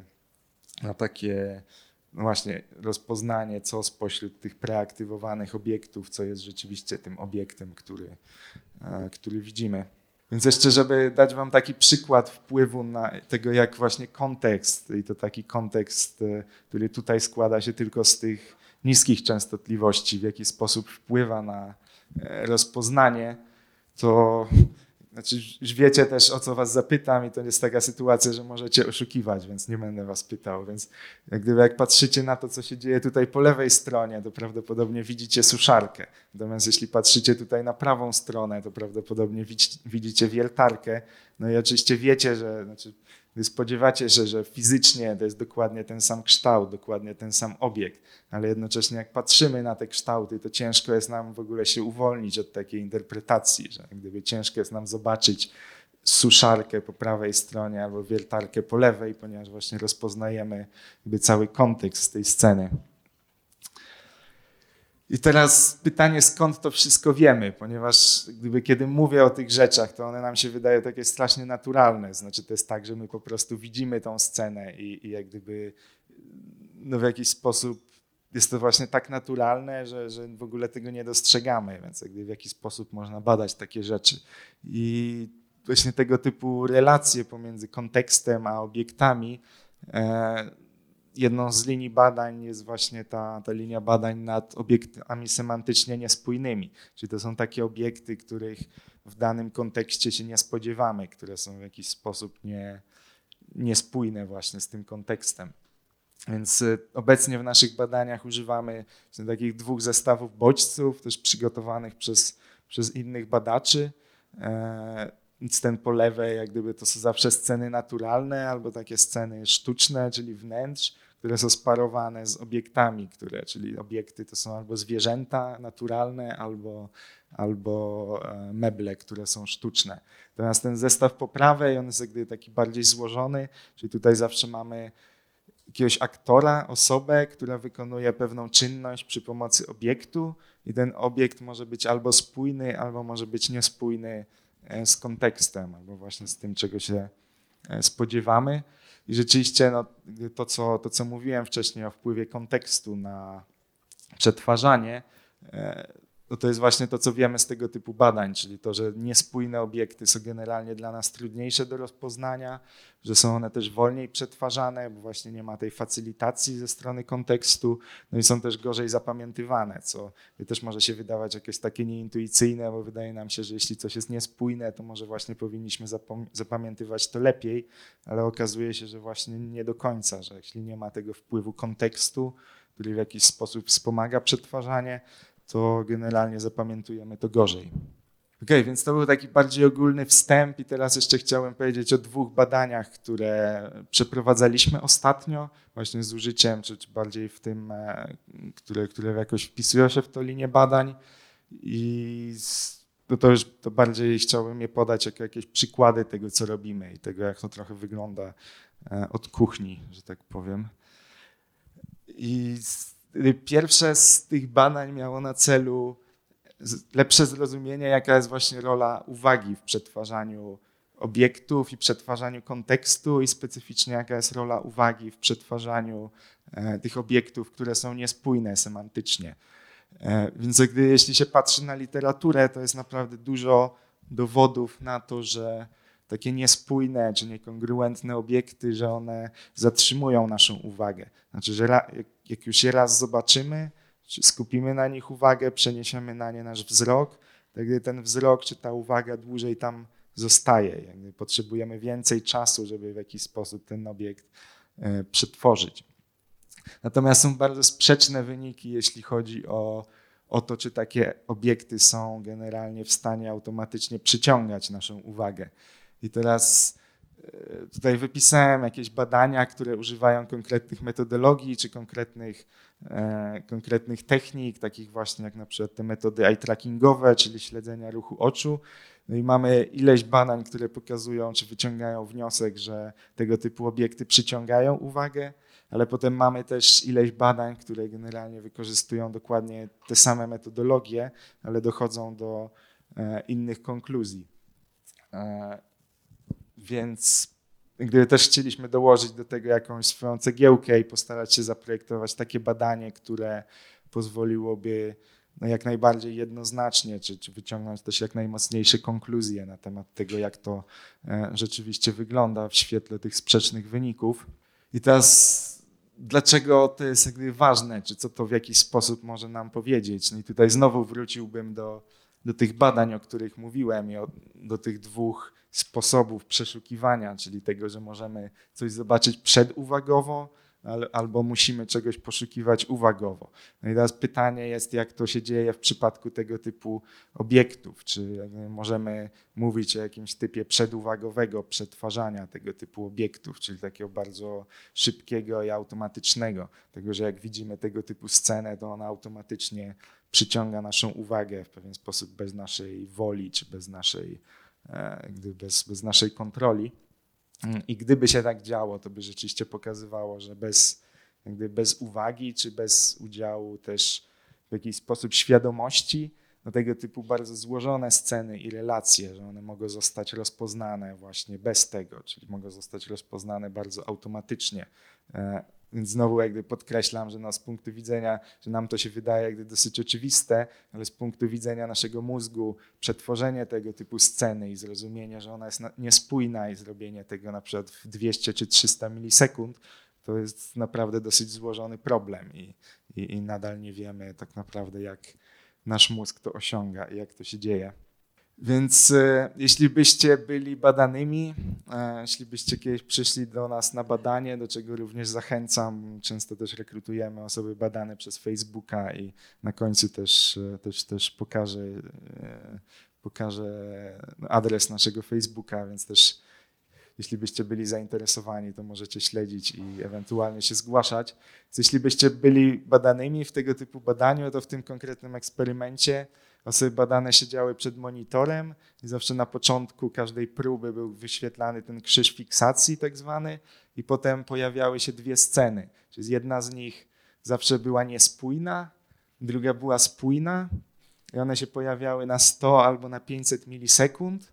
no właśnie rozpoznanie, co spośród tych preaktywowanych obiektów, co jest rzeczywiście tym obiektem, który widzimy. Więc jeszcze, żeby dać wam taki przykład wpływu na tego, jak właśnie kontekst, i to taki kontekst, który tutaj składa się tylko z tych niskich częstotliwości, w jaki sposób wpływa na rozpoznanie, to znaczy już wiecie też, o co was zapytam i to jest taka sytuacja, że możecie oszukiwać, więc nie będę was pytał. Więc jak patrzycie na to, co się dzieje tutaj po lewej stronie, to prawdopodobnie widzicie suszarkę. Natomiast jeśli patrzycie tutaj na prawą stronę, to prawdopodobnie widzicie wiertarkę. No i oczywiście wiecie, spodziewacie się, że fizycznie to jest dokładnie ten sam kształt, dokładnie ten sam obiekt, ale jednocześnie jak patrzymy na te kształty, to ciężko jest nam w ogóle się uwolnić od takiej interpretacji, że gdyby ciężko jest nam zobaczyć suszarkę po prawej stronie albo wiertarkę po lewej, ponieważ właśnie rozpoznajemy jakby cały kontekst tej sceny. I teraz pytanie, skąd to wszystko wiemy, ponieważ kiedy mówię o tych rzeczach, to one nam się wydają takie strasznie naturalne. Znaczy to jest tak, że my po prostu widzimy tą scenę i jak gdyby w jakiś sposób jest to właśnie tak naturalne, że w ogóle tego nie dostrzegamy, więc jak gdyby w jakiś sposób można badać takie rzeczy. I właśnie tego typu relacje pomiędzy kontekstem a obiektami, jedną z linii badań jest właśnie ta linia badań nad obiektami semantycznie niespójnymi. Czyli to są takie obiekty, których w danym kontekście się nie spodziewamy, które są w jakiś sposób niespójne właśnie z tym kontekstem. Więc obecnie w naszych badaniach używamy takich 2 zestawów bodźców, też przygotowanych przez innych badaczy. Więc ten po lewej, jak gdyby to są zawsze sceny naturalne albo takie sceny sztuczne, czyli wnętrz, które są sparowane z obiektami, czyli obiekty to są albo zwierzęta naturalne, albo meble, które są sztuczne. Natomiast ten zestaw po prawej, on jest jak gdyby taki bardziej złożony, czyli tutaj zawsze mamy jakiegoś aktora, osobę, która wykonuje pewną czynność przy pomocy obiektu i ten obiekt może być albo spójny, albo może być niespójny z kontekstem, albo właśnie z tym, czego się spodziewamy. I rzeczywiście to, co mówiłem wcześniej o wpływie kontekstu na przetwarzanie, to jest właśnie to, co wiemy z tego typu badań, czyli to, że niespójne obiekty są generalnie dla nas trudniejsze do rozpoznania, że są one też wolniej przetwarzane, bo właśnie nie ma tej facylitacji ze strony kontekstu, no i są też gorzej zapamiętywane, co też może się wydawać jakieś takie nieintuicyjne, bo wydaje nam się, że jeśli coś jest niespójne, to może właśnie powinniśmy zapamiętywać to lepiej, ale okazuje się, że właśnie nie do końca, że jeśli nie ma tego wpływu kontekstu, który w jakiś sposób wspomaga przetwarzanie, to generalnie zapamiętujemy to gorzej. Okej, więc to był taki bardziej ogólny wstęp i teraz jeszcze chciałem powiedzieć o 2 badaniach, które przeprowadzaliśmy ostatnio, właśnie z użyciem, czy bardziej w tym, które jakoś wpisują się w tą linię badań i to bardziej chciałbym je podać jako jakieś przykłady tego, co robimy i tego, jak to trochę wygląda od kuchni, że tak powiem. I pierwsze z tych badań miało na celu lepsze zrozumienie, jaka jest właśnie rola uwagi w przetwarzaniu obiektów i przetwarzaniu kontekstu i specyficznie jaka jest rola uwagi w przetwarzaniu tych obiektów, które są niespójne semantycznie. Więc jeśli się patrzy na literaturę, to jest naprawdę dużo dowodów na to, że takie niespójne czy niekongruentne obiekty, że one zatrzymują naszą uwagę. Znaczy, że jak już je raz zobaczymy, czy skupimy na nich uwagę, przeniesiemy na nie nasz wzrok, tak gdy ten wzrok czy ta uwaga dłużej tam zostaje. Jakby potrzebujemy więcej czasu, żeby w jakiś sposób ten obiekt przetworzyć. Natomiast są bardzo sprzeczne wyniki, jeśli chodzi o to, czy takie obiekty są generalnie w stanie automatycznie przyciągać naszą uwagę. I teraz tutaj wypisałem jakieś badania, które używają konkretnych metodologii czy konkretnych technik, takich właśnie jak na przykład te metody eye trackingowe, czyli śledzenia ruchu oczu. No i mamy ileś badań, które pokazują, czy wyciągają wniosek, że tego typu obiekty przyciągają uwagę, ale potem mamy też ileś badań, które generalnie wykorzystują dokładnie te same metodologie, ale dochodzą do innych konkluzji. Więc gdyby też chcieliśmy dołożyć do tego jakąś swoją cegiełkę i postarać się zaprojektować takie badanie, które pozwoliłoby jak najbardziej jednoznacznie, czy wyciągnąć też jak najmocniejsze konkluzje na temat tego, jak to rzeczywiście wygląda w świetle tych sprzecznych wyników. I teraz dlaczego to jest jakby ważne, czy co to w jakiś sposób może nam powiedzieć? No i tutaj znowu wróciłbym do tych badań, o których mówiłem i do tych 2 sposobów przeszukiwania, czyli tego, że możemy coś zobaczyć przeduwagowo, albo musimy czegoś poszukiwać uwagowo. No i teraz pytanie jest, jak to się dzieje w przypadku tego typu obiektów. Czy możemy mówić o jakimś typie przeduwagowego przetwarzania tego typu obiektów, czyli takiego bardzo szybkiego i automatycznego. Tego, że jak widzimy tego typu scenę, to ona automatycznie przyciąga naszą uwagę w pewien sposób bez naszej woli, czy bez naszej gdyby bez naszej kontroli. I gdyby się tak działo, to by rzeczywiście pokazywało, że bez uwagi czy bez udziału też w jakiś sposób świadomości, no tego typu bardzo złożone sceny i relacje, że one mogą zostać rozpoznane właśnie bez tego, czyli mogą zostać rozpoznane bardzo automatycznie. Więc znowu jakby podkreślam, że z punktu widzenia, że nam to się wydaje jakby dosyć oczywiste, ale z punktu widzenia naszego mózgu przetworzenie tego typu sceny i zrozumienie, że ona jest niespójna i zrobienie tego na przykład w 200 czy 300 milisekund, to jest naprawdę dosyć złożony problem i nadal nie wiemy tak naprawdę, jak nasz mózg to osiąga i jak to się dzieje. Więc jeśli byście byli badanymi, jeśli byście kiedyś przyszli do nas na badanie, do czego również zachęcam, często też rekrutujemy osoby badane przez Facebooka i na końcu też pokażę adres naszego Facebooka, więc też jeśli byście byli zainteresowani, to możecie śledzić i ewentualnie się zgłaszać. Więc jeśli byście byli badanymi w tego typu badaniu, to w tym konkretnym eksperymencie osoby badane siedziały przed monitorem i zawsze na początku każdej próby był wyświetlany ten krzyż fiksacji tak zwany i potem pojawiały się dwie sceny. Czyli jedna z nich zawsze była niespójna, druga była spójna i one się pojawiały na 100 albo na 500 milisekund.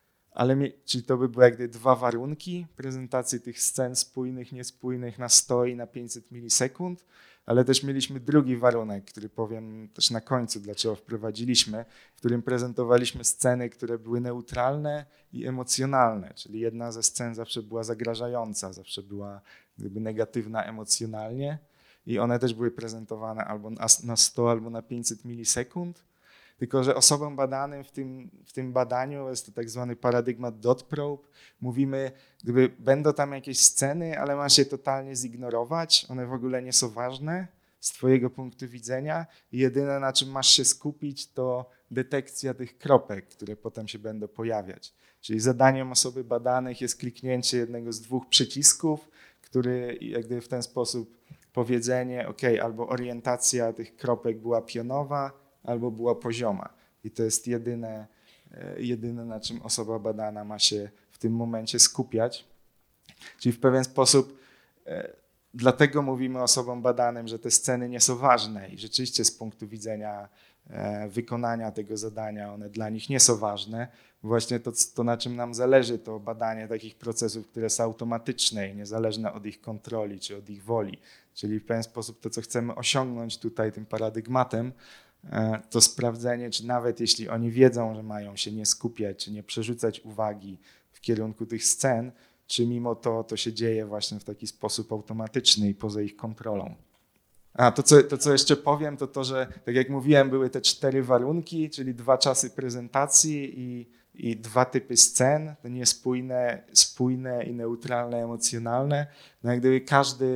Czyli to by były jakby dwa warunki prezentacji tych scen spójnych, niespójnych na 100 i na 500 milisekund, ale też mieliśmy drugi warunek, który powiem też na końcu, dlaczego wprowadziliśmy, w którym prezentowaliśmy sceny, które były neutralne i emocjonalne, czyli jedna ze scen zawsze była zagrażająca, zawsze była jakby negatywna emocjonalnie i one też były prezentowane albo na 100, albo na 500 milisekund. Tylko że osobom badanym w tym badaniu, jest to tak zwany paradygmat dot probe, mówimy, gdyby będą tam jakieś sceny, ale masz je totalnie zignorować, one w ogóle nie są ważne z twojego punktu widzenia i jedyne na czym masz się skupić to detekcja tych kropek, które potem się będą pojawiać. Czyli zadaniem osoby badanych jest kliknięcie jednego z dwóch przycisków, który jakby w ten sposób powiedzenie, albo orientacja tych kropek była pionowa, albo była pozioma. I to jest jedyne, na czym osoba badana ma się w tym momencie skupiać. Czyli w pewien sposób dlatego mówimy osobom badanym, że te sceny nie są ważne i rzeczywiście z punktu widzenia wykonania tego zadania one dla nich nie są ważne. Właśnie to na czym nam zależy, to badanie takich procesów, które są automatyczne i niezależne od ich kontroli czy od ich woli. Czyli w pewien sposób to, co chcemy osiągnąć tutaj tym paradygmatem, to sprawdzenie, czy nawet jeśli oni wiedzą, że mają się nie skupiać, czy nie przerzucać uwagi w kierunku tych scen, czy mimo to się dzieje właśnie w taki sposób automatyczny i poza ich kontrolą. To co jeszcze powiem, to, że tak jak mówiłem, były te 4 warunki, czyli 2 czasy prezentacji i 2 typy scen, te niespójne, spójne i neutralne, emocjonalne. No jak gdyby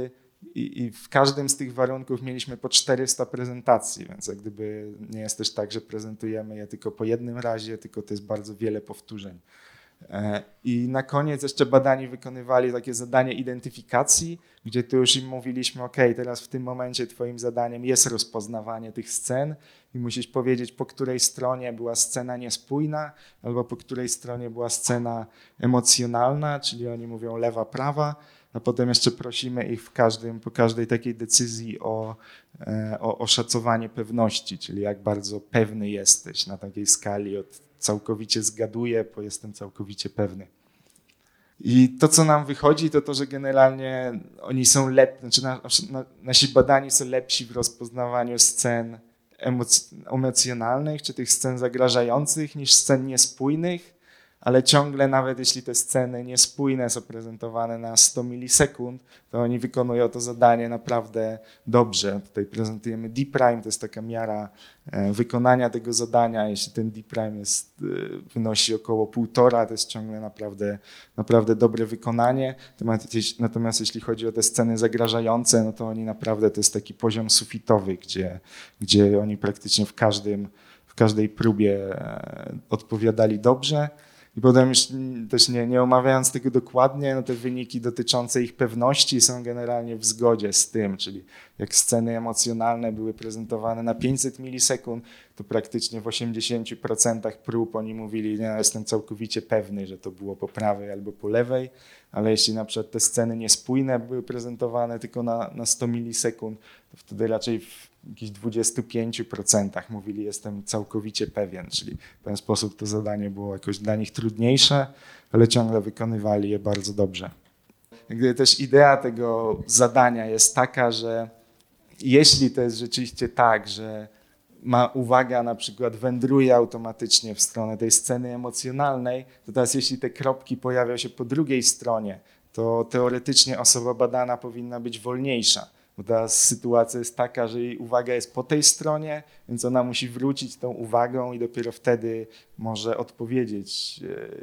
I w każdym z tych warunków mieliśmy po 400 prezentacji, więc jak gdyby nie jest też tak, że prezentujemy je tylko po jednym razie, tylko to jest bardzo wiele powtórzeń. I na koniec jeszcze badani wykonywali takie zadanie identyfikacji, gdzie tu już im mówiliśmy, teraz w tym momencie twoim zadaniem jest rozpoznawanie tych scen i musisz powiedzieć, po której stronie była scena niespójna albo po której stronie była scena emocjonalna, czyli oni mówią lewa, prawa, a potem jeszcze prosimy ich po każdej takiej decyzji o oszacowanie pewności, czyli jak bardzo pewny jesteś na takiej skali od całkowicie zgaduję, po jestem całkowicie pewny. I to, co nam wychodzi, to że generalnie oni są nasi badani są lepsi w rozpoznawaniu scen emocjonalnych, czy tych scen zagrażających niż scen niespójnych, ale ciągle nawet jeśli te sceny niespójne są prezentowane na 100 milisekund, to oni wykonują to zadanie naprawdę dobrze. Tutaj prezentujemy D-prime, to jest taka miara wykonania tego zadania. Jeśli ten D-prime wynosi około 1,5, to jest ciągle naprawdę dobre wykonanie. Natomiast jeśli chodzi o te sceny zagrażające, no to oni naprawdę to jest taki poziom sufitowy, gdzie oni praktycznie w każdej próbie odpowiadali dobrze. I potem już też nie omawiając tego dokładnie, no te wyniki dotyczące ich pewności są generalnie w zgodzie z tym, czyli jak sceny emocjonalne były prezentowane na 500 milisekund, to praktycznie w 80% prób oni mówili, nie, jestem całkowicie pewny, że to było po prawej albo po lewej, ale jeśli na przykład te sceny niespójne były prezentowane tylko na 100 milisekund, to wtedy raczej w jakichś 25% mówili, jestem całkowicie pewien, czyli w ten sposób to zadanie było jakoś dla nich trudniejsze, ale ciągle wykonywali je bardzo dobrze. Gdy też idea tego zadania jest taka, że jeśli to jest rzeczywiście tak, że uwaga na przykład wędruje automatycznie w stronę tej sceny emocjonalnej, to teraz jeśli te kropki pojawią się po drugiej stronie, to teoretycznie osoba badana powinna być wolniejsza. Bo teraz sytuacja jest taka, że jej uwaga jest po tej stronie, więc ona musi wrócić tą uwagą i dopiero wtedy może odpowiedzieć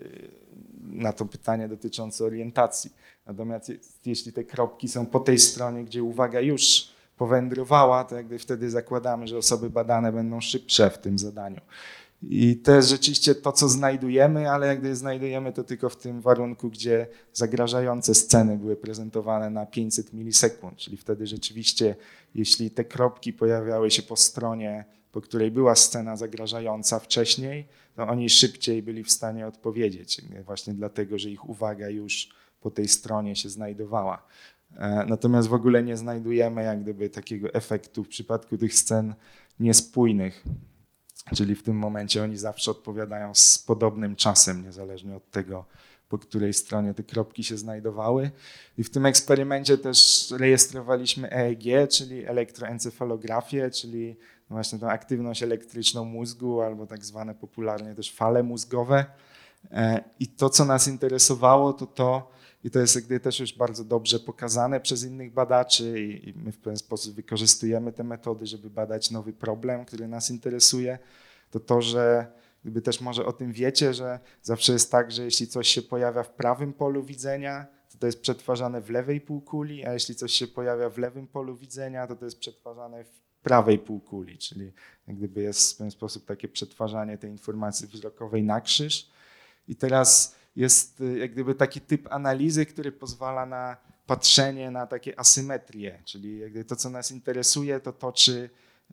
na to pytanie dotyczące orientacji. Natomiast jeśli te kropki są po tej stronie, gdzie uwaga już powędrowała, to jakby wtedy zakładamy, że osoby badane będą szybsze w tym zadaniu. I to jest rzeczywiście to, co znajdujemy, ale jak gdy znajdujemy to tylko w tym warunku, gdzie zagrażające sceny były prezentowane na 500 milisekund, czyli wtedy rzeczywiście, jeśli te kropki pojawiały się po stronie, po której była scena zagrażająca wcześniej, to oni szybciej byli w stanie odpowiedzieć, właśnie dlatego, że ich uwaga już po tej stronie się znajdowała. Natomiast w ogóle nie znajdujemy jak gdyby takiego efektu w przypadku tych scen niespójnych. Czyli w tym momencie oni zawsze odpowiadają z podobnym czasem, niezależnie od tego, po której stronie te kropki się znajdowały. I w tym eksperymencie też rejestrowaliśmy EEG, czyli elektroencefalografię, czyli właśnie tą aktywność elektryczną mózgu, albo tak zwane popularnie też fale mózgowe. I to, co nas interesowało, i to jest jakby też już bardzo dobrze pokazane przez innych badaczy i my w pewien sposób wykorzystujemy te metody, żeby badać nowy problem, który nas interesuje, to, że gdyby też może o tym wiecie, że zawsze jest tak, że jeśli coś się pojawia w prawym polu widzenia, to jest przetwarzane w lewej półkuli, a jeśli coś się pojawia w lewym polu widzenia, to jest przetwarzane w prawej półkuli, czyli jak gdyby jest w ten sposób takie przetwarzanie tej informacji wzrokowej na krzyż. I teraz jest jak gdyby taki typ analizy, który pozwala na patrzenie na takie asymetrie, czyli jak gdyby to, co nas interesuje, to czy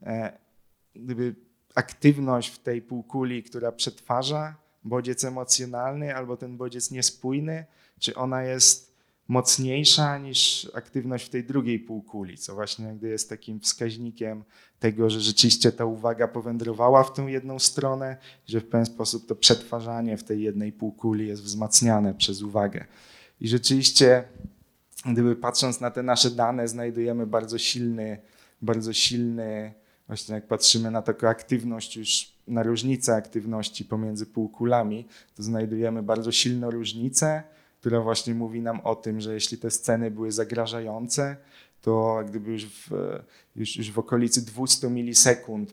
gdyby aktywność w tej półkuli, która przetwarza bodziec emocjonalny albo ten bodziec niespójny, czy ona jest mocniejsza niż aktywność w tej drugiej półkuli, co właśnie jakby jest takim wskaźnikiem tego, że rzeczywiście ta uwaga powędrowała w tą jedną stronę, że w pewien sposób to przetwarzanie w tej jednej półkuli jest wzmacniane przez uwagę. I rzeczywiście, gdyby patrząc na te nasze dane, znajdujemy bardzo silny, właśnie jak patrzymy na taką aktywność już, na różnicę aktywności pomiędzy półkulami, to znajdujemy bardzo silną różnicę, która właśnie mówi nam o tym, że jeśli te sceny były zagrażające, to jak gdyby już w okolicy 200 milisekund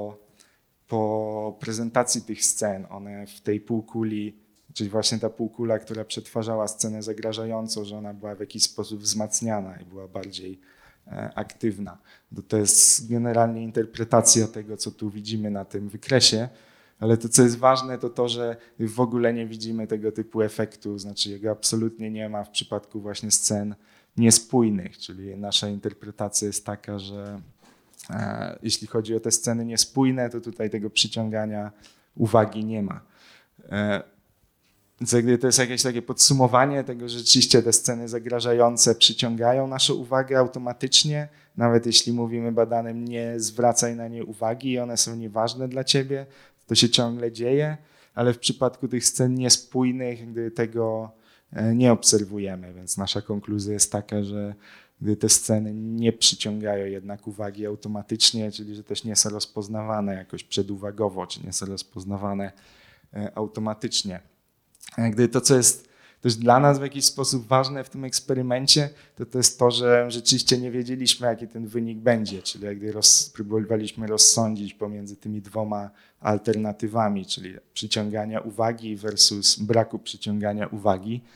po prezentacji tych scen, one w tej półkuli, czyli właśnie ta półkula, która przetwarzała scenę zagrażającą, że ona była w jakiś sposób wzmacniana i była bardziej aktywna. To jest generalnie interpretacja tego, co tu widzimy na tym wykresie, ale to, co jest ważne, to, że w ogóle nie widzimy tego typu efektu, znaczy jego absolutnie nie ma w przypadku właśnie scen niespójnych, czyli nasza interpretacja jest taka, że jeśli chodzi o te sceny niespójne, to tutaj tego przyciągania uwagi nie ma. Więc to jest jakieś takie podsumowanie tego, że rzeczywiście te sceny zagrażające przyciągają naszą uwagę automatycznie, nawet jeśli mówimy badanym nie zwracaj na nie uwagi i one są nieważne dla ciebie, to się ciągle dzieje, ale w przypadku tych scen niespójnych gdy tego nie obserwujemy, więc nasza konkluzja jest taka, że gdy te sceny nie przyciągają jednak uwagi automatycznie, czyli że też nie są rozpoznawane jakoś przeduwagowo, czy nie są rozpoznawane automatycznie. Gdy to, co jest też dla nas w jakiś sposób ważne w tym eksperymencie, to jest to, że rzeczywiście nie wiedzieliśmy, jaki ten wynik będzie, czyli gdy próbowaliśmy rozsądzić pomiędzy tymi dwoma alternatywami, czyli przyciągania uwagi versus braku przyciągania uwagi.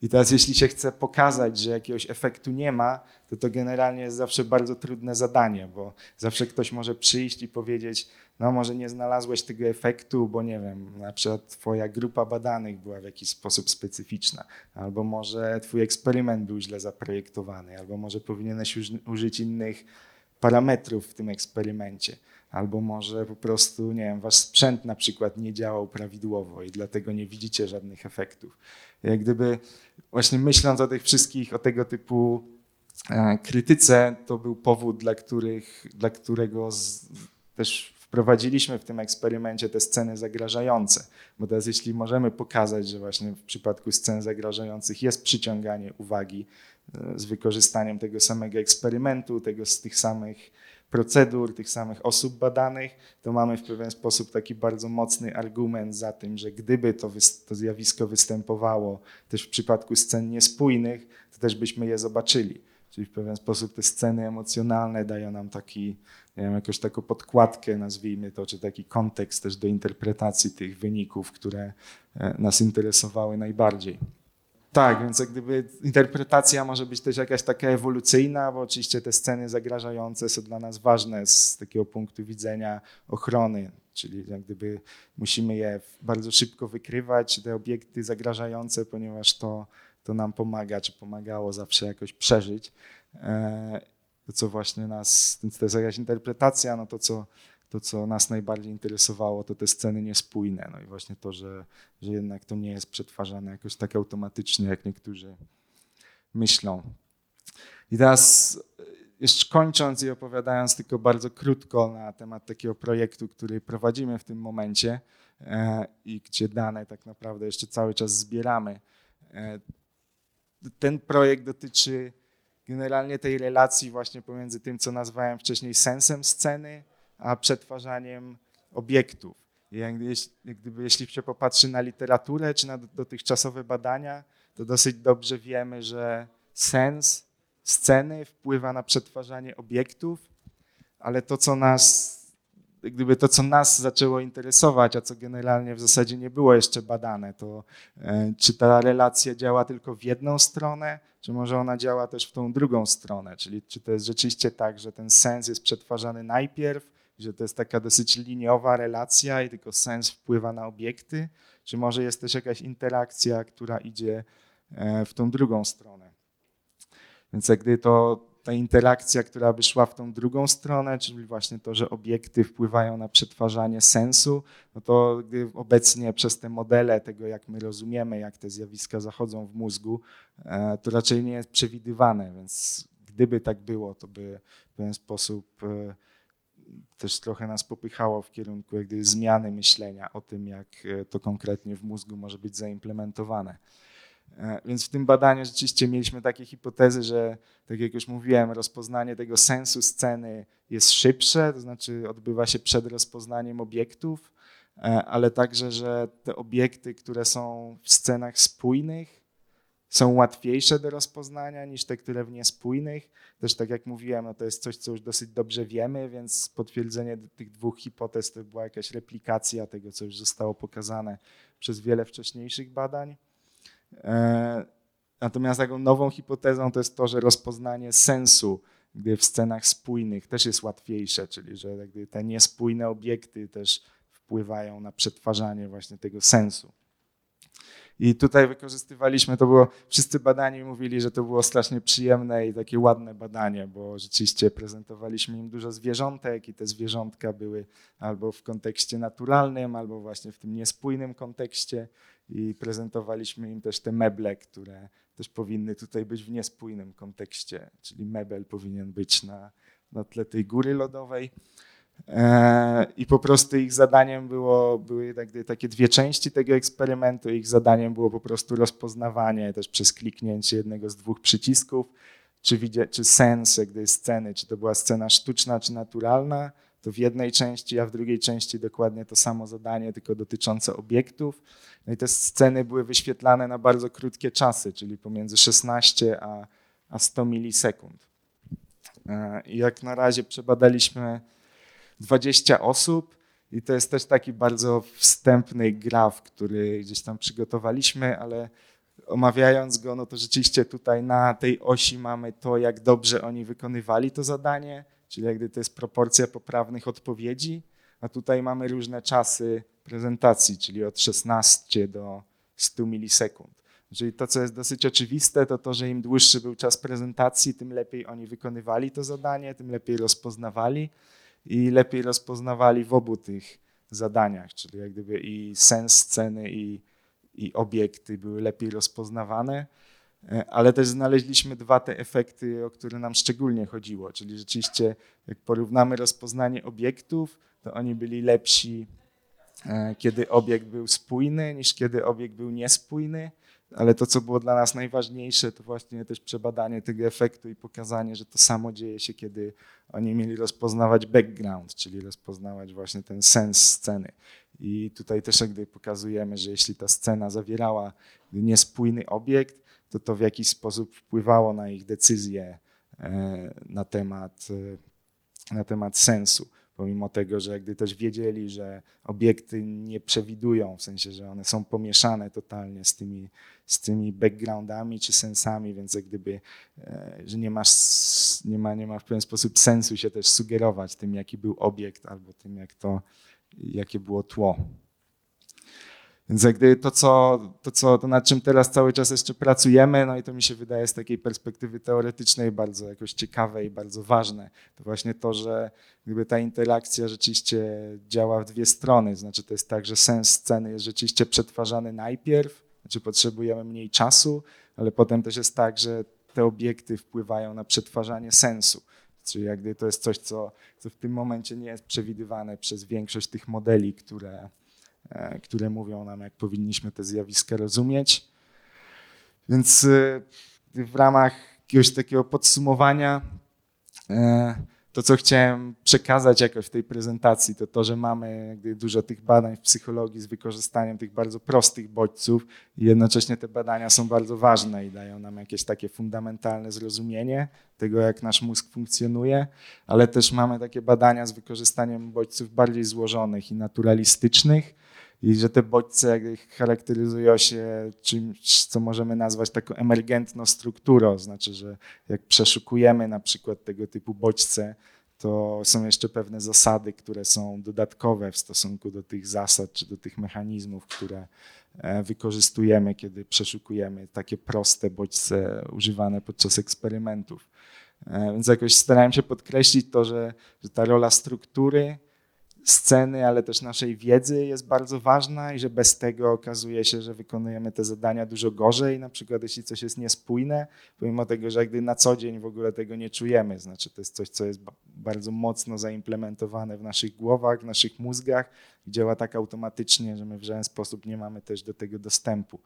I teraz jeśli się chce pokazać, że jakiegoś efektu nie ma, to generalnie jest zawsze bardzo trudne zadanie, bo zawsze ktoś może przyjść i powiedzieć, no może nie znalazłeś tego efektu, bo nie wiem, na przykład twoja grupa badanych była w jakiś sposób specyficzna, albo może twój eksperyment był źle zaprojektowany, albo może powinieneś użyć innych parametrów w tym eksperymencie, albo może po prostu, nie wiem, wasz sprzęt na przykład nie działał prawidłowo i dlatego nie widzicie żadnych efektów. Jak gdyby właśnie myśląc o tych wszystkich, o tego typu krytyce, to był powód, dla którego też wprowadziliśmy w tym eksperymencie te sceny zagrażające. Bo teraz jeśli możemy pokazać, że właśnie w przypadku scen zagrażających jest przyciąganie uwagi z wykorzystaniem tego samego eksperymentu, z tych samych procedur, tych samych osób badanych, to mamy w pewien sposób taki bardzo mocny argument za tym, że gdyby to zjawisko występowało też w przypadku scen niespójnych, to też byśmy je zobaczyli. Czyli w pewien sposób te sceny emocjonalne dają nam taki, nie wiem, jakąś taką podkładkę, nazwijmy to, czy taki kontekst też do interpretacji tych wyników, które nas interesowały najbardziej. Tak, więc jak gdyby interpretacja może być też jakaś taka ewolucyjna, bo oczywiście te sceny zagrażające są dla nas ważne z takiego punktu widzenia ochrony, czyli jak gdyby musimy je bardzo szybko wykrywać, te obiekty zagrażające, ponieważ to nam pomaga, czy pomagało zawsze jakoś przeżyć. To, co właśnie nas, to jest jakaś interpretacja, no to, co nas najbardziej interesowało, to te sceny niespójne. No i właśnie to, że jednak to nie jest przetwarzane jakoś tak automatycznie, jak niektórzy myślą. I teraz jeszcze kończąc i opowiadając tylko bardzo krótko na temat takiego projektu, który prowadzimy w tym momencie i gdzie dane tak naprawdę jeszcze cały czas zbieramy. Ten projekt dotyczy generalnie tej relacji właśnie pomiędzy tym, co nazwałem wcześniej sensem sceny, a przetwarzaniem obiektów. I jeśli się popatrzy na literaturę czy na dotychczasowe badania, to dosyć dobrze wiemy, że sens sceny wpływa na przetwarzanie obiektów, ale to, co nas zaczęło interesować, a co generalnie w zasadzie nie było jeszcze badane, to czy ta relacja działa tylko w jedną stronę, czy może ona działa też w tą drugą stronę, czyli czy to jest rzeczywiście tak, że ten sens jest przetwarzany najpierw, że to jest taka dosyć liniowa relacja i tylko sens wpływa na obiekty, czy może jest też jakaś interakcja, która idzie w tą drugą stronę. Więc jak gdy ta interakcja, która by szła w tą drugą stronę, czyli właśnie to, że obiekty wpływają na przetwarzanie sensu, no to obecnie przez te modele tego, jak my rozumiemy, jak te zjawiska zachodzą w mózgu, to raczej nie jest przewidywane, więc gdyby tak było, to by w pewien sposób też trochę nas popychało w kierunku jak gdyby zmiany myślenia o tym, jak to konkretnie w mózgu może być zaimplementowane. Więc w tym badaniu rzeczywiście mieliśmy takie hipotezy, że tak jak już mówiłem, rozpoznanie tego sensu sceny jest szybsze, to znaczy odbywa się przed rozpoznaniem obiektów, ale także, że te obiekty, które są w scenach spójnych, są łatwiejsze do rozpoznania niż te, które w niespójnych. Też tak jak mówiłem, no to jest coś, co już dosyć dobrze wiemy, więc potwierdzenie tych dwóch hipotez to była jakaś replikacja tego, co już zostało pokazane przez wiele wcześniejszych badań. Natomiast taką nową hipotezą to jest to, że rozpoznanie sensu gdy w scenach spójnych też jest łatwiejsze, czyli że jakby te niespójne obiekty też wpływają na przetwarzanie właśnie tego sensu. I tutaj wykorzystywaliśmy, wszyscy badani mówili, że to było strasznie przyjemne i takie ładne badanie, bo rzeczywiście prezentowaliśmy im dużo zwierzątek i te zwierzątka były albo w kontekście naturalnym, albo właśnie w tym niespójnym kontekście i prezentowaliśmy im też te meble, które też powinny tutaj być w niespójnym kontekście, czyli mebel powinien być na tle tej góry lodowej. I po prostu ich zadaniem były takie dwie części tego eksperymentu. Ich zadaniem było po prostu rozpoznawanie też przez kliknięcie jednego z dwóch przycisków, czy sens jakby sceny, czy to była scena sztuczna, czy naturalna, to w jednej części, a w drugiej części dokładnie to samo zadanie, tylko dotyczące obiektów. No i te sceny były wyświetlane na bardzo krótkie czasy, czyli pomiędzy 16 a 100 milisekund. I jak na razie przebadaliśmy 20 osób i to jest też taki bardzo wstępny graf, który gdzieś tam przygotowaliśmy, ale omawiając go, no to rzeczywiście tutaj na tej osi mamy to, jak dobrze oni wykonywali to zadanie, czyli jak gdyby to jest proporcja poprawnych odpowiedzi, a tutaj mamy różne czasy prezentacji, czyli od 16 do 100 milisekund. Czyli to, co jest dosyć oczywiste, to to, że im dłuższy był czas prezentacji, tym lepiej oni wykonywali to zadanie, tym lepiej rozpoznawali i lepiej rozpoznawali w obu tych zadaniach, czyli jak gdyby i sens sceny i obiekty były lepiej rozpoznawane, ale też znaleźliśmy dwa te efekty, o które nam szczególnie chodziło, czyli rzeczywiście jak porównamy rozpoznanie obiektów, to oni byli lepsi, kiedy obiekt był spójny, niż kiedy obiekt był niespójny, ale to, co było dla nas najważniejsze, to właśnie też przebadanie tego efektu i pokazanie, że to samo dzieje się, kiedy oni mieli rozpoznawać background, czyli rozpoznawać właśnie ten sens sceny. I tutaj też jak gdyby pokazujemy, że jeśli ta scena zawierała niespójny obiekt, to to w jakiś sposób wpływało na ich decyzje na temat sensu. Pomimo tego, że gdy też wiedzieli, że obiekty nie przewidują, w sensie, że one są pomieszane totalnie z tymi backgroundami czy sensami, więc jak gdyby, że nie ma w pewien sposób sensu się też sugerować tym, jaki był obiekt albo tym, jakie było tło. Więc jak gdyby to, nad czym teraz cały czas jeszcze pracujemy, no i to mi się wydaje z takiej perspektywy teoretycznej bardzo jakoś ciekawe i bardzo ważne, to właśnie to, że gdyby ta interakcja rzeczywiście działa w dwie strony, znaczy to jest tak, że sens sceny jest rzeczywiście przetwarzany najpierw, znaczy potrzebujemy mniej czasu, ale potem też jest tak, że te obiekty wpływają na przetwarzanie sensu. Czyli jak gdyby to jest coś, co w tym momencie nie jest przewidywane przez większość tych modeli, które mówią nam, jak powinniśmy te zjawiska rozumieć. Więc w ramach jakiegoś takiego podsumowania to, co chciałem przekazać jakoś w tej prezentacji, to to, że mamy dużo tych badań w psychologii z wykorzystaniem tych bardzo prostych bodźców i jednocześnie te badania są bardzo ważne i dają nam jakieś takie fundamentalne zrozumienie tego, jak nasz mózg funkcjonuje, ale też mamy takie badania z wykorzystaniem bodźców bardziej złożonych i naturalistycznych, i że te bodźce charakteryzują się czymś, co możemy nazwać taką emergentną strukturą, znaczy, że jak przeszukujemy na przykład tego typu bodźce, to są jeszcze pewne zasady, które są dodatkowe w stosunku do tych zasad czy do tych mechanizmów, które wykorzystujemy, kiedy przeszukujemy takie proste bodźce używane podczas eksperymentów. Więc jakoś starałem się podkreślić to, że ta rola struktury, sceny, ale też naszej wiedzy jest bardzo ważna i że bez tego okazuje się, że wykonujemy te zadania dużo gorzej, na przykład jeśli coś jest niespójne, pomimo tego, że gdy na co dzień w ogóle tego nie czujemy, znaczy to jest coś, co jest bardzo mocno zaimplementowane w naszych głowach, w naszych mózgach, działa tak automatycznie, że my w żaden sposób nie mamy też do tego dostępu.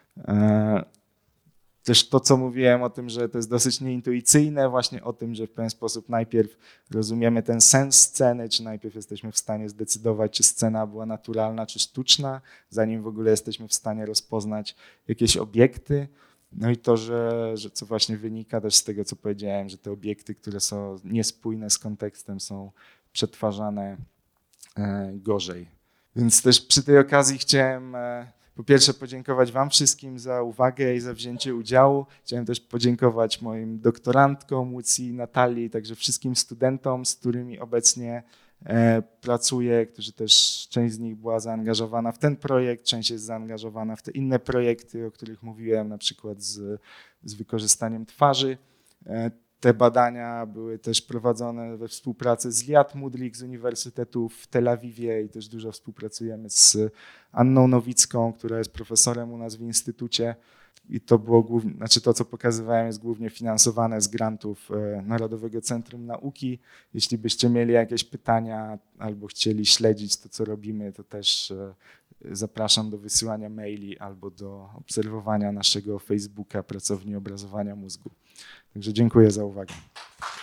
Też to, co mówiłem o tym, że to jest dosyć nieintuicyjne, właśnie o tym, że w pewien sposób najpierw rozumiemy ten sens sceny, czy najpierw jesteśmy w stanie zdecydować, czy scena była naturalna, czy sztuczna, zanim w ogóle jesteśmy w stanie rozpoznać jakieś obiekty. No i to, że co właśnie wynika też z tego, co powiedziałem, że te obiekty, które są niespójne z kontekstem, są przetwarzane gorzej. Więc też przy tej okazji chciałem po pierwsze podziękować wam wszystkim za uwagę i za wzięcie udziału. Chciałem też podziękować moim doktorantkom, Łucji, Natalii, także wszystkim studentom, z którymi obecnie pracuję, którzy też część z nich była zaangażowana w ten projekt, część jest zaangażowana w te inne projekty, o których mówiłem, na przykład z wykorzystaniem twarzy. Te badania były też prowadzone we współpracy z Liat Mudrik z Uniwersytetu w Tel Awiwie i też dużo współpracujemy z Anną Nowicką, która jest profesorem u nas w instytucie. I to było głównie, znaczy to, co pokazywałem, jest głównie finansowane z grantów Narodowego Centrum Nauki. Jeśli byście mieli jakieś pytania albo chcieli śledzić to, co robimy, to też zapraszam do wysyłania maili albo do obserwowania naszego Facebooka Pracowni Obrazowania Mózgu. Także dziękuję za uwagę.